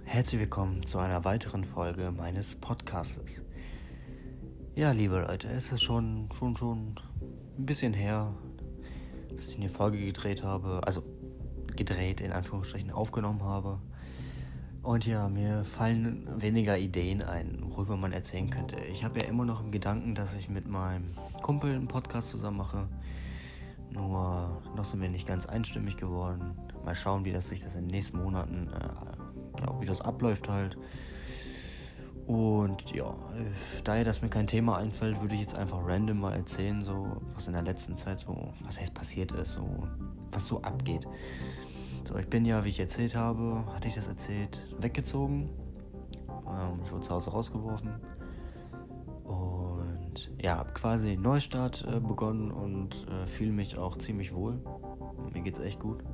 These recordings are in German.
Herzlich willkommen zu einer weiteren Folge meines Podcastes. Ja, liebe Leute, es ist schon ein bisschen her, dass ich eine Folge gedreht habe, also gedreht in Anführungsstrichen aufgenommen habe. Und ja, mir fallen weniger Ideen ein, worüber man erzählen könnte. Ich habe ja immer noch im Gedanken, dass ich mit meinem Kumpel einen Podcast zusammen mache. Nur noch sind wir nicht ganz einstimmig geworden. Mal schauen, wie sich das in den nächsten Monaten, wie das abläuft halt. Und ja, daher, dass mir kein Thema einfällt, würde ich jetzt einfach random mal erzählen, so was in der letzten Zeit so, was heißt passiert ist, so was so abgeht. So, ich bin ja, wie ich erzählt habe, hatte ich das erzählt, weggezogen. Ich wurde zu Hause rausgeworfen. Und ja, habe quasi einen Neustart begonnen und fühle mich auch ziemlich wohl. Mir geht's echt gut.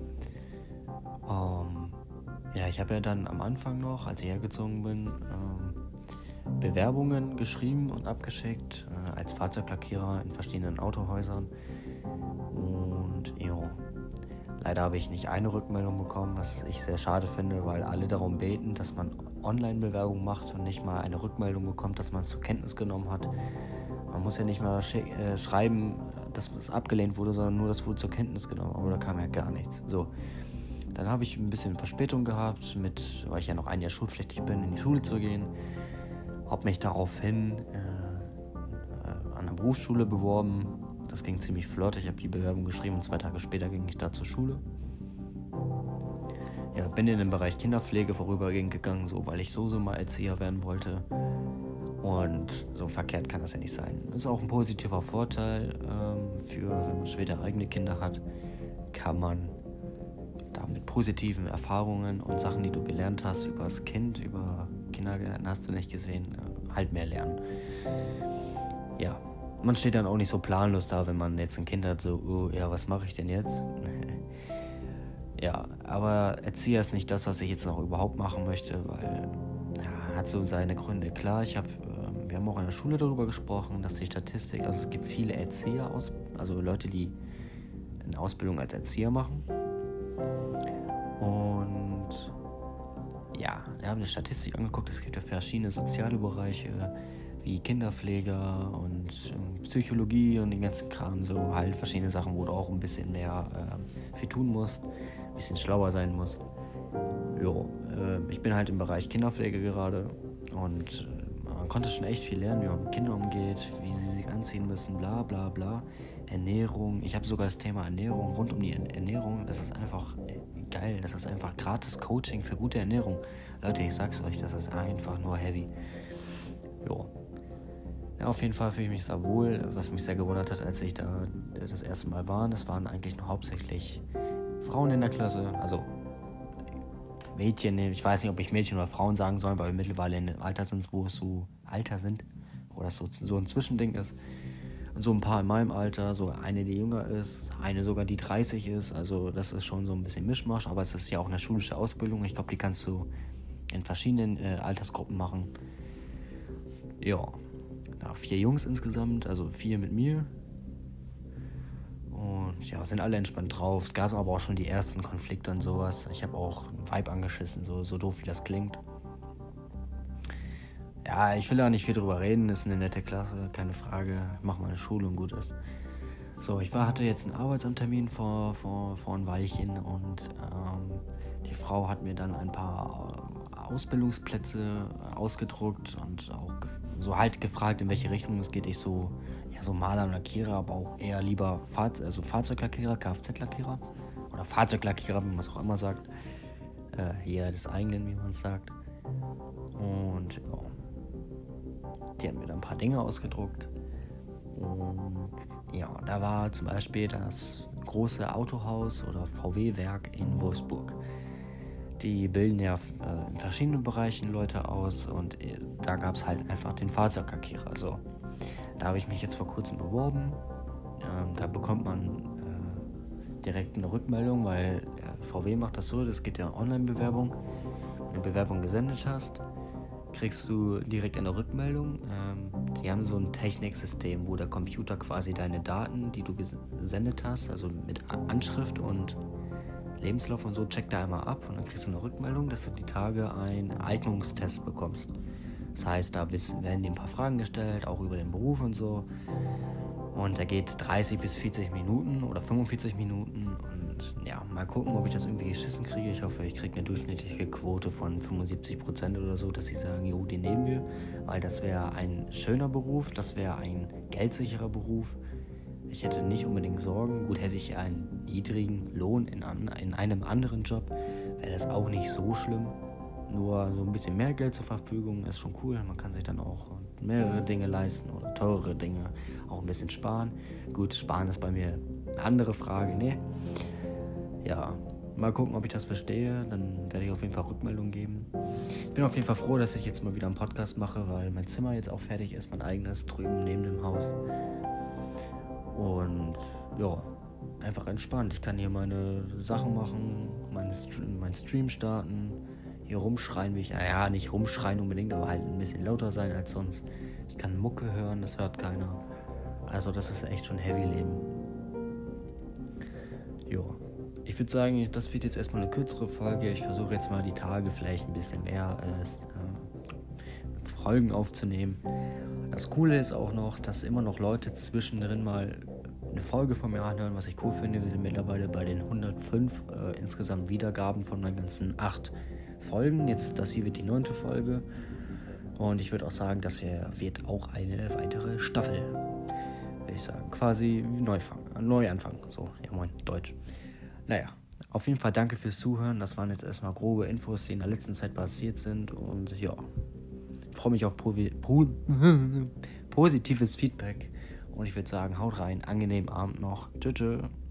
Ja, ich habe ja dann am Anfang noch, als ich hergezogen bin, Bewerbungen geschrieben und abgeschickt als Fahrzeuglackierer in verschiedenen Autohäusern. Und ja, leider habe ich nicht eine Rückmeldung bekommen, was ich sehr schade finde, weil alle darum beten, dass man Online-Bewerbung macht und nicht mal eine Rückmeldung bekommt, dass man es zur Kenntnis genommen hat. Man muss ja nicht mal schreiben, dass es abgelehnt wurde, sondern nur, das wurde zur Kenntnis genommen. Aber da kam ja gar nichts. So, dann habe ich ein bisschen Verspätung gehabt, weil ich ja noch ein Jahr schulpflichtig bin, in die Schule zu gehen. Habe mich daraufhin an der Berufsschule beworben. Das ging ziemlich flott. Ich habe die Bewerbung geschrieben und 2 Tage später ging ich da zur Schule. Ja, bin in den Bereich Kinderpflege vorübergehend gegangen, so weil ich so mal Erzieher werden wollte. Und so verkehrt kann das ja nicht sein. Das ist auch ein positiver Vorteil wenn man später eigene Kinder hat, kann man da mit positiven Erfahrungen und Sachen, die du gelernt hast über das Kind, über Kindergärten hast du nicht gesehen, halt mehr lernen. Ja, man steht dann auch nicht so planlos da, wenn man jetzt ein Kind hat, so, oh, ja, was mache ich denn jetzt? Ja, aber Erzieher ist nicht das, was ich jetzt noch überhaupt machen möchte, weil hat so seine Gründe. Klar, wir haben auch in der Schule darüber gesprochen, dass die Statistik, also es gibt viele Erzieher, also Leute, die eine Ausbildung als Erzieher machen. Und ja, wir haben eine Statistik angeguckt, es gibt ja verschiedene soziale Bereiche, wie Kinderpfleger und Psychologie und den ganzen Kram, so halt verschiedene Sachen, wo du auch ein bisschen mehr für tun musst, ein bisschen schlauer sein musst. Jo, ich bin halt im Bereich Kinderpflege gerade und man konnte schon echt viel lernen, wie man mit Kindern umgeht, wie sie sich anziehen müssen, bla bla bla. Ernährung, ich habe sogar das Thema Ernährung, rund um die Ernährung, das ist einfach geil, das ist einfach gratis Coaching für gute Ernährung. Leute, ich sag's euch, das ist einfach nur heavy. Jo. Ja, auf jeden Fall fühle ich mich sehr wohl, was mich sehr gewundert hat, als ich da das erste Mal war. Das waren eigentlich nur hauptsächlich Frauen in der Klasse, also Mädchen, ich weiß nicht, ob ich Mädchen oder Frauen sagen soll, weil wir mittlerweile in einem Alter sind, wo es so Alter sind, wo das so ein Zwischending ist. Und so ein paar in meinem Alter, so eine, die jünger ist, eine sogar, die 30 ist, also das ist schon so ein bisschen Mischmasch, aber es ist ja auch eine schulische Ausbildung, ich glaube, die kannst du in verschiedenen Altersgruppen machen. Ja, 4 Jungs insgesamt, also 4 mit mir. Und ja, sind alle entspannt drauf. Es gab aber auch schon die ersten Konflikte und sowas. Ich habe auch einen Vibe angeschissen, so doof wie das klingt. Ja, ich will da nicht viel drüber reden, ist eine nette Klasse, keine Frage. Ich mache meine Schule und gut ist. So, ich hatte jetzt einen Arbeitsamttermin vor ein Weilchen und die Frau hat mir dann ein paar Ausbildungsplätze ausgedruckt und auch so halt gefragt, in welche Richtung es geht. Ich so Maler und Lackierer, aber auch eher lieber Fahrzeuglackierer, Kfz-Lackierer oder Fahrzeuglackierer, wie man es auch immer sagt. Jeder des eigenen, wie man es sagt. Und ja, die haben mir dann ein paar Dinge ausgedruckt. Und ja, da war zum Beispiel das große Autohaus oder VW-Werk in Wolfsburg. Die bilden ja in verschiedenen Bereichen Leute aus und da gab es halt einfach den Fahrzeuglackierer. So. Da habe ich mich jetzt vor kurzem beworben. Da bekommt man direkt eine Rückmeldung, weil VW macht das so, das geht ja Online-Bewerbung. Wenn du Bewerbung gesendet hast, kriegst du direkt eine Rückmeldung. Die haben so ein Techniksystem, wo der Computer quasi deine Daten, die du gesendet hast, also mit Anschrift und Lebenslauf und so, check da einmal ab und dann kriegst du eine Rückmeldung, dass du die Tage einen Eignungstest bekommst. Das heißt, da werden dir ein paar Fragen gestellt, auch über den Beruf und so. Und der geht 30 bis 40 Minuten oder 45 Minuten. Und ja, mal gucken, ob ich das irgendwie geschissen kriege. Ich hoffe, ich kriege eine durchschnittliche Quote von 75% oder so, dass sie sagen, jo, die nehmen wir. Weil das wäre ein schöner Beruf, das wäre ein geldsicherer Beruf. Ich hätte nicht unbedingt Sorgen. Gut, hätte ich einen niedrigen Lohn in einem anderen Job, wäre das auch nicht so schlimm. Nur so ein bisschen mehr Geld zur Verfügung ist schon cool. Man kann sich dann auch mehrere Dinge leisten oder teurere Dinge auch ein bisschen sparen. Gut, sparen ist bei mir eine andere Frage, ne? Ja, mal gucken, ob ich das verstehe. Dann werde ich auf jeden Fall Rückmeldung geben. Ich bin auf jeden Fall froh, dass ich jetzt mal wieder einen Podcast mache, weil mein Zimmer jetzt auch fertig ist, mein eigenes drüben neben dem Haus. Und ja, einfach entspannt. Ich kann hier meine Sachen machen, meinen Stream starten, hier rumschreien, nicht rumschreien unbedingt, aber halt ein bisschen lauter sein als sonst. Ich kann Mucke hören, das hört keiner. Also das ist echt schon heavy Leben. Ja, ich würde sagen, das wird jetzt erstmal eine kürzere Folge. Ich versuche jetzt mal die Tage vielleicht ein bisschen mehr Folgen aufzunehmen. Das Coole ist auch noch, dass immer noch Leute zwischendrin mal eine Folge von mir anhören, was ich cool finde. Wir sind mittlerweile bei den 105 insgesamt Wiedergaben von meinen ganzen 8 Folgen. Jetzt, das hier wird die 9. Folge. Und ich würde auch sagen, das wird auch eine weitere Staffel. Würde ich sagen. Quasi Neuanfang. So, ja moin, Deutsch. Naja, auf jeden Fall danke fürs Zuhören. Das waren jetzt erstmal grobe Infos, die in der letzten Zeit passiert sind. Und ja, freue mich auf positives Feedback. Und ich würde sagen, haut rein, angenehmen Abend noch. Tschüss.